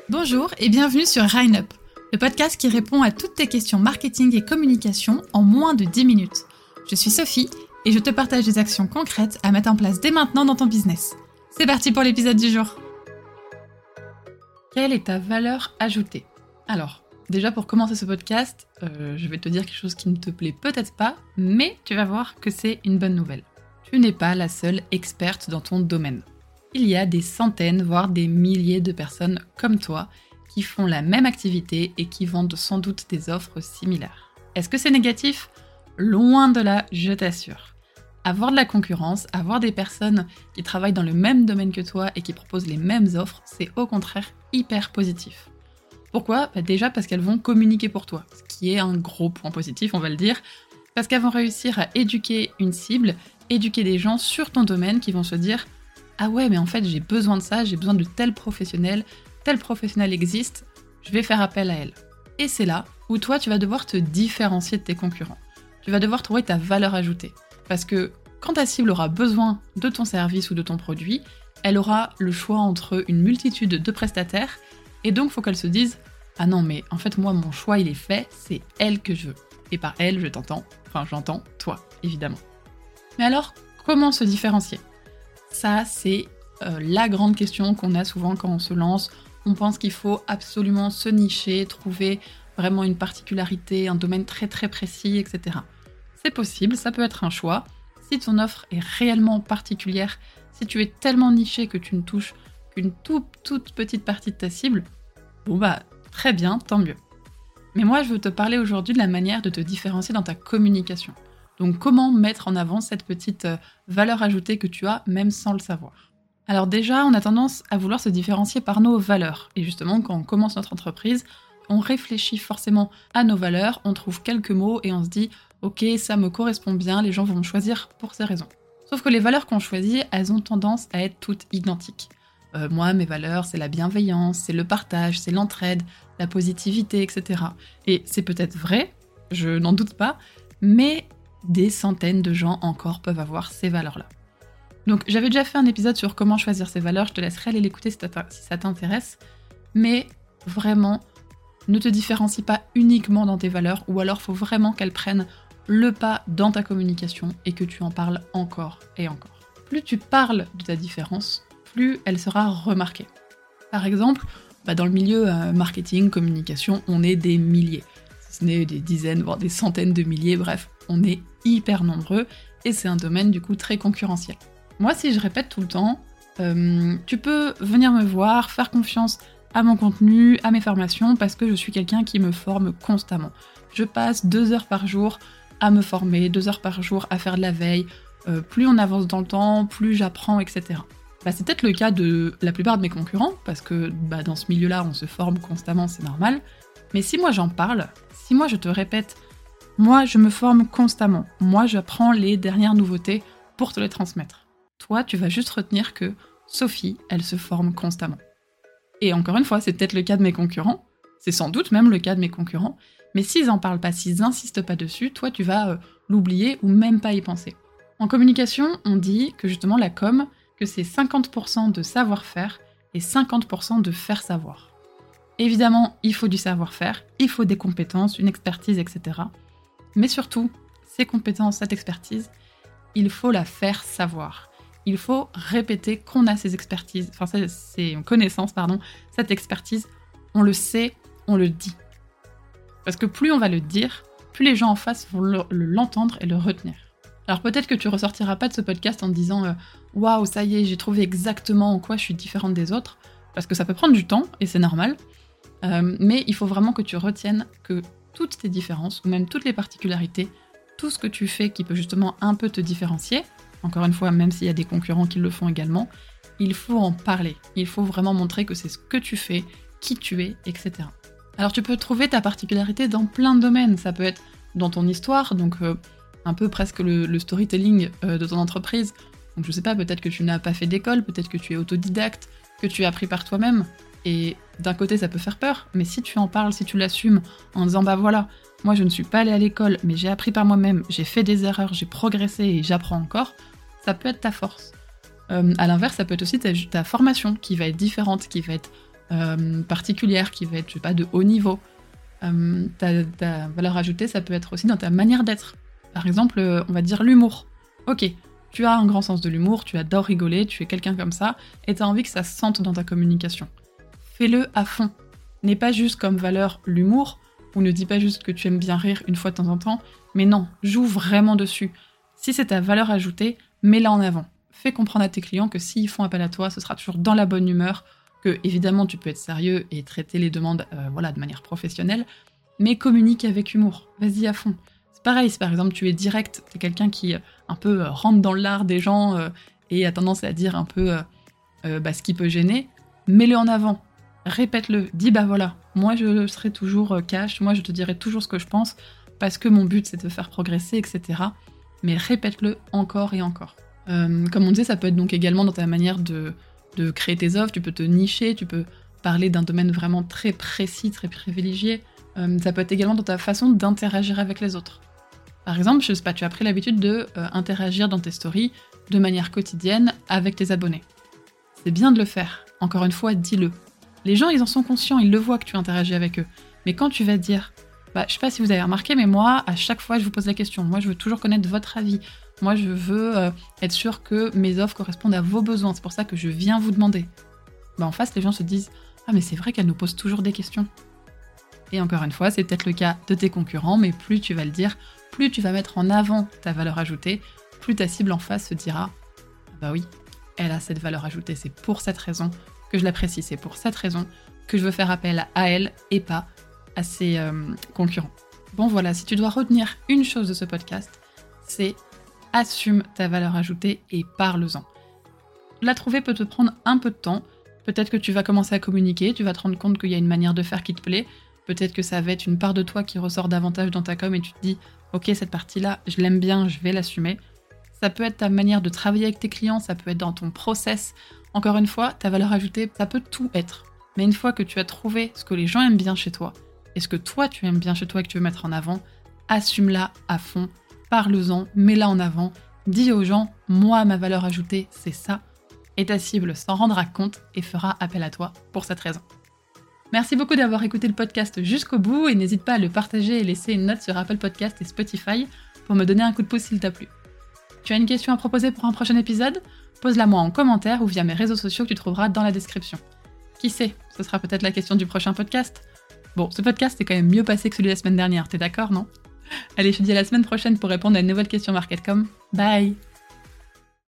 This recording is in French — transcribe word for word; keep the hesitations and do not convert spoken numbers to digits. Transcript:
Bonjour et bienvenue sur Line Up, le podcast qui répond à toutes tes questions marketing et communication en moins de dix minutes. Je suis Sophie et je te partage des actions concrètes à mettre en place dès maintenant dans ton business. C'est parti pour l'épisode du jour. Quelle est ta valeur ajoutée ? Alors, déjà pour commencer ce podcast, euh, je vais te dire quelque chose qui ne te plaît peut-être pas, mais tu vas voir que c'est une bonne nouvelle. Tu n'es pas la seule experte dans ton domaine. Il y a des centaines, voire des milliers de personnes comme toi qui font la même activité et qui vendent sans doute des offres similaires. Est-ce que c'est négatif ? Loin de là, je t'assure. Avoir de la concurrence, avoir des personnes qui travaillent dans le même domaine que toi et qui proposent les mêmes offres, c'est au contraire hyper positif. Pourquoi ? Bah déjà parce qu'elles vont communiquer pour toi, ce qui est un gros point positif, on va le dire, parce qu'elles vont réussir à éduquer une cible, éduquer des gens sur ton domaine qui vont se dire « Ah ouais, mais en fait, j'ai besoin de ça, j'ai besoin de tel professionnel, tel professionnel existe, je vais faire appel à elle. » Et c'est là où toi, tu vas devoir te différencier de tes concurrents. Tu vas devoir trouver ta valeur ajoutée. Parce que quand ta cible aura besoin de ton service ou de ton produit, elle aura le choix entre une multitude de prestataires, et donc il faut qu'elle se dise « Ah non, mais en fait, moi, mon choix, il est fait, c'est elle que je veux. » Et par elle, je t'entends, enfin, j'entends toi, évidemment. Mais alors, comment se différencier ? Ça, c'est euh, la grande question qu'on a souvent quand on se lance. On pense qu'il faut absolument se nicher, trouver vraiment une particularité, un domaine très très précis, et cetera. C'est possible, ça peut être un choix. Si ton offre est réellement particulière, si tu es tellement niché que tu ne touches qu'une toute, toute petite partie de ta cible, bon bah, très bien, tant mieux. Mais moi, je veux te parler aujourd'hui de la manière de te différencier dans ta communication. Donc comment mettre en avant cette petite valeur ajoutée que tu as, même sans le savoir. Alors déjà, on a tendance à vouloir se différencier par nos valeurs. Et justement, quand on commence notre entreprise, on réfléchit forcément à nos valeurs, on trouve quelques mots et on se dit « Ok, ça me correspond bien, les gens vont me choisir pour ces raisons ». Sauf que les valeurs qu'on choisit, elles ont tendance à être toutes identiques. Euh, moi, mes valeurs, c'est la bienveillance, c'est le partage, c'est l'entraide, la positivité, et cetera. Et c'est peut-être vrai, je n'en doute pas, mais des centaines de gens encore peuvent avoir ces valeurs-là. Donc j'avais déjà fait un épisode sur comment choisir ces valeurs, je te laisserai aller l'écouter si ça t'intéresse, mais vraiment, ne te différencie pas uniquement dans tes valeurs, ou alors faut vraiment qu'elles prennent le pas dans ta communication et que tu en parles encore et encore. Plus tu parles de ta différence, plus elle sera remarquée. Par exemple, bah dans le milieu euh, marketing, communication, on est des milliers. Si ce n'est des dizaines, voire des centaines de milliers, bref, on est hyper nombreux et c'est un domaine du coup très concurrentiel. Moi, si je répète tout le temps, euh, tu peux venir me voir, faire confiance à mon contenu, à mes formations, parce que je suis quelqu'un qui me forme constamment. Je passe deux heures par jour à me former, deux heures par jour à faire de la veille. Euh, plus on avance dans le temps, plus j'apprends, et cetera. Bah, c'est peut-être le cas de la plupart de mes concurrents, parce que bah, dans ce milieu-là, on se forme constamment, c'est normal. Mais si moi j'en parle, si moi je te répète moi, je me forme constamment. Moi, j'apprends les dernières nouveautés pour te les transmettre. Toi, tu vas juste retenir que Sophie, elle se forme constamment. Et encore une fois, c'est peut-être le cas de mes concurrents, c'est sans doute même le cas de mes concurrents, mais s'ils n'en parlent pas, s'ils n'insistent pas dessus, toi, tu vas euh, l'oublier ou même pas y penser. En communication, on dit que justement la com, que c'est cinquante pour cent de savoir-faire et cinquante pour cent de faire savoir. Évidemment, il faut du savoir-faire, il faut des compétences, une expertise, et cetera. Mais surtout, ces compétences, cette expertise, il faut la faire savoir. Il faut répéter qu'on a ces expertises, enfin ces connaissances, pardon, cette expertise, on le sait, on le dit. Parce que plus on va le dire, plus les gens en face vont le, le, l'entendre et le retenir. Alors peut-être que tu ressortiras pas de ce podcast en te disant euh, « Waouh, ça y est, j'ai trouvé exactement en quoi je suis différente des autres », parce que ça peut prendre du temps, et c'est normal, euh, mais il faut vraiment que tu retiennes que toutes tes différences, ou même toutes les particularités, tout ce que tu fais qui peut justement un peu te différencier, encore une fois, même s'il y a des concurrents qui le font également, il faut en parler. Il faut vraiment montrer que c'est ce que tu fais, qui tu es, et cetera. Alors tu peux trouver ta particularité dans plein de domaines. Ça peut être dans ton histoire, donc euh, un peu presque le, le storytelling euh, de ton entreprise. Donc je sais pas, peut-être que tu n'as pas fait d'école, peut-être que tu es autodidacte, que tu as appris par toi-même, et d'un côté ça peut faire peur, mais si tu en parles, si tu l'assumes, en disant bah voilà, moi je ne suis pas allée à l'école, mais j'ai appris par moi-même, j'ai fait des erreurs, j'ai progressé et j'apprends encore, ça peut être ta force. Euh, à l'inverse, ça peut être aussi ta, ta formation qui va être différente, qui va être euh, particulière, qui va être, je sais pas, de haut niveau. Euh, ta, ta valeur ajoutée, ça peut être aussi dans ta manière d'être. Par exemple, euh, on va dire l'humour. Ok, tu as un grand sens de l'humour, tu adores rigoler, tu es quelqu'un comme ça, et tu as envie que ça se sente dans ta communication. Fais-le à fond. N'aie pas juste comme valeur l'humour, ou ne dis pas juste que tu aimes bien rire une fois de temps en temps, mais non, joue vraiment dessus. Si c'est ta valeur ajoutée, mets-la en avant. Fais comprendre à tes clients que s'ils font appel à toi, ce sera toujours dans la bonne humeur, que évidemment tu peux être sérieux et traiter les demandes euh, voilà, de manière professionnelle, mais communique avec humour, vas-y à fond. C'est pareil, si par exemple tu es direct, t'es quelqu'un qui euh, un peu euh, rentre dans l'art des gens euh, et a tendance à dire un peu euh, euh, bah, ce qui peut gêner, mets-le en avant, répète-le, dis bah voilà, moi je serai toujours euh, cash, moi je te dirai toujours ce que je pense, parce que mon but c'est de te faire progresser, et cetera. Mais répète-le encore et encore. Euh, comme on disait, ça peut être donc également dans ta manière de, de créer tes offres, tu peux te nicher, tu peux parler d'un domaine vraiment très précis, très privilégié. Euh, ça peut être également dans ta façon d'interagir avec les autres. Par exemple, je sais pas, tu as pris l'habitude de euh, interagir dans tes stories de manière quotidienne avec tes abonnés. C'est bien de le faire. Encore une fois, dis-le. Les gens, ils en sont conscients, ils le voient que tu interagis avec eux. Mais quand tu vas dire, bah, je sais pas si vous avez remarqué, mais moi, à chaque fois, je vous pose la question. Moi, je veux toujours connaître votre avis. Moi, je veux euh, être sûre que mes offres correspondent à vos besoins. C'est pour ça que je viens vous demander. Bah, en face, les gens se disent, ah, mais c'est vrai qu'elle nous pose toujours des questions. Et encore une fois, c'est peut-être le cas de tes concurrents, mais plus tu vas le dire, plus tu vas mettre en avant ta valeur ajoutée, plus ta cible en face se dira, bah oui, elle a cette valeur ajoutée, c'est pour cette raison que je l'apprécie, c'est pour cette raison que je veux faire appel à elle et pas à ses euh, concurrents. Bon voilà, si tu dois retenir une chose de ce podcast, c'est assume ta valeur ajoutée et parle-en. La trouver peut te prendre un peu de temps, peut-être que tu vas commencer à communiquer, tu vas te rendre compte qu'il y a une manière de faire qui te plaît, peut-être que ça va être une part de toi qui ressort davantage dans ta com et tu te dis « Ok, cette partie-là, je l'aime bien, je vais l'assumer ». Ça peut être ta manière de travailler avec tes clients, ça peut être dans ton process. Encore une fois, ta valeur ajoutée, ça peut tout être. Mais une fois que tu as trouvé ce que les gens aiment bien chez toi, et ce que toi tu aimes bien chez toi et que tu veux mettre en avant, assume-la à fond, parle-en, mets-la en avant, dis aux gens « Moi, ma valeur ajoutée, c'est ça ». Et ta cible s'en rendra compte et fera appel à toi pour cette raison. Merci beaucoup d'avoir écouté le podcast jusqu'au bout et n'hésite pas à le partager et laisser une note sur Apple Podcast et Spotify pour me donner un coup de pouce s'il t'a plu. Tu as une question à proposer pour un prochain épisode ? Pose-la moi en commentaire ou via mes réseaux sociaux que tu trouveras dans la description. Qui sait, ce sera peut-être la question du prochain podcast. Bon, ce podcast est quand même mieux passé que celui de la semaine dernière, t'es d'accord, non ? Allez, je te dis à la semaine prochaine pour répondre à une nouvelle question MarketCom. Bye !